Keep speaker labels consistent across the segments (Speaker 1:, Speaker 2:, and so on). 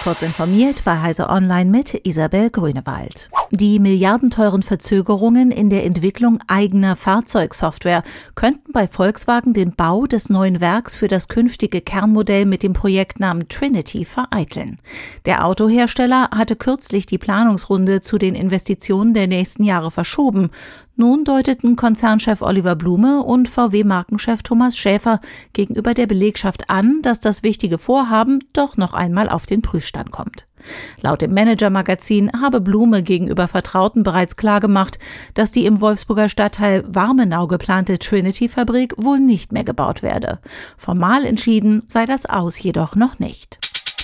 Speaker 1: Kurz informiert bei Heise Online mit Isabel Grünewald. Die milliardenteuren Verzögerungen in der Entwicklung eigener Fahrzeugsoftware könnten bei Volkswagen den Bau des neuen Werks für das künftige Kernmodell mit dem Projektnamen Trinity vereiteln. Der Autohersteller hatte kürzlich die Planungsrunde zu den Investitionen der nächsten Jahre verschoben. Nun deuteten Konzernchef Oliver Blume und VW-Markenchef Thomas Schäfer gegenüber der Belegschaft an, dass das wichtige Vorhaben doch noch einmal auf den Prüfstand kommt. Laut dem Manager-Magazin habe Blume gegenüber Vertrauten bereits klargemacht, dass die im Wolfsburger Stadtteil Warmenau geplante Trinity-Fabrik wohl nicht mehr gebaut werde. Formal entschieden sei das aus jedoch noch nicht.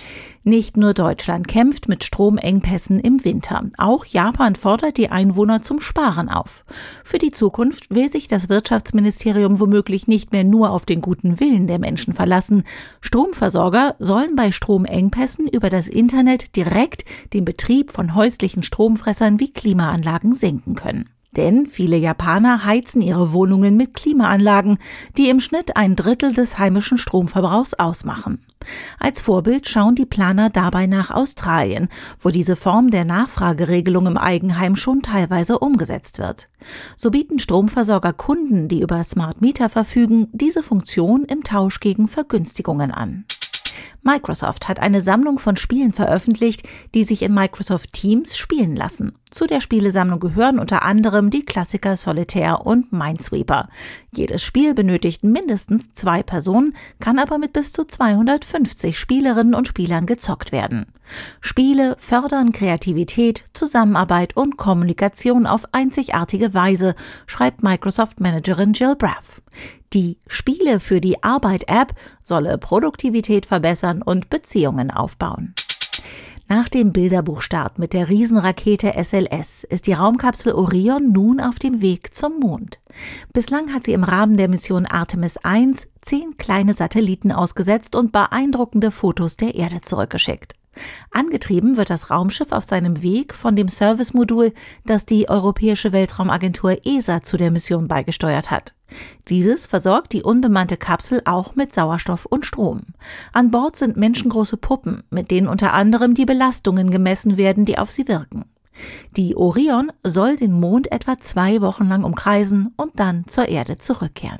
Speaker 1: Nicht nur Deutschland kämpft mit Stromengpässen im Winter. Auch Japan fordert die Einwohner zum Sparen auf. Für die Zukunft will sich das Wirtschaftsministerium womöglich nicht mehr nur auf den guten Willen der Menschen verlassen. Stromversorger sollen bei Stromengpässen über das Internet direkt den Betrieb von häuslichen Stromfressern wie Klimaanlagen senken können. Denn viele Japaner heizen ihre Wohnungen mit Klimaanlagen, die im Schnitt 1/3 des heimischen Stromverbrauchs ausmachen. Als Vorbild schauen die Planer dabei nach Australien, wo diese Form der Nachfrageregelung im Eigenheim schon teilweise umgesetzt wird. So bieten Stromversorger Kunden, die über Smart Meter verfügen, diese Funktion im Tausch gegen Vergünstigungen an. Microsoft hat eine Sammlung von Spielen veröffentlicht, die sich in Microsoft Teams spielen lassen. Zu der Spielesammlung gehören unter anderem die Klassiker Solitaire und Minesweeper. Jedes Spiel benötigt mindestens 2 Personen, kann aber mit bis zu 250 Spielerinnen und Spielern gezockt werden. Spiele fördern Kreativität, Zusammenarbeit und Kommunikation auf einzigartige Weise, schreibt Microsoft-Managerin Jill Braff. Die Spiele für die Arbeit-App solle Produktivität verbessern und Beziehungen aufbauen. Nach dem Bilderbuchstart mit der Riesenrakete SLS ist die Raumkapsel Orion nun auf dem Weg zum Mond. Bislang hat sie im Rahmen der Mission Artemis 1 10 kleine Satelliten ausgesetzt und beeindruckende Fotos der Erde zurückgeschickt. Angetrieben wird das Raumschiff auf seinem Weg von dem Servicemodul, das die Europäische Weltraumagentur ESA zu der Mission beigesteuert hat. Dieses versorgt die unbemannte Kapsel auch mit Sauerstoff und Strom. An Bord sind menschengroße Puppen, mit denen unter anderem die Belastungen gemessen werden, die auf sie wirken. Die Orion soll den Mond etwa 2 Wochen lang umkreisen und dann zur Erde zurückkehren.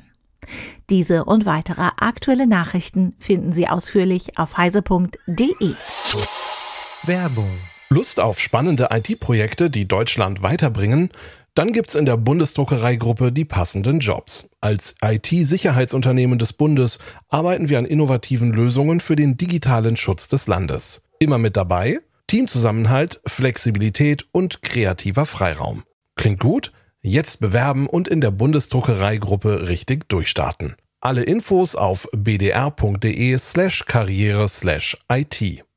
Speaker 1: Diese und weitere aktuelle Nachrichten finden Sie ausführlich auf heise.de.
Speaker 2: Werbung. Lust auf spannende IT-Projekte, die Deutschland weiterbringen? Dann gibt's in der Bundesdruckereigruppe die passenden Jobs. Als IT-Sicherheitsunternehmen des Bundes arbeiten wir an innovativen Lösungen für den digitalen Schutz des Landes. Immer mit dabei: Teamzusammenhalt, Flexibilität und kreativer Freiraum. Klingt gut? Jetzt bewerben und in der Bundesdruckereigruppe richtig durchstarten. Alle Infos auf bdr.de/karriere/IT.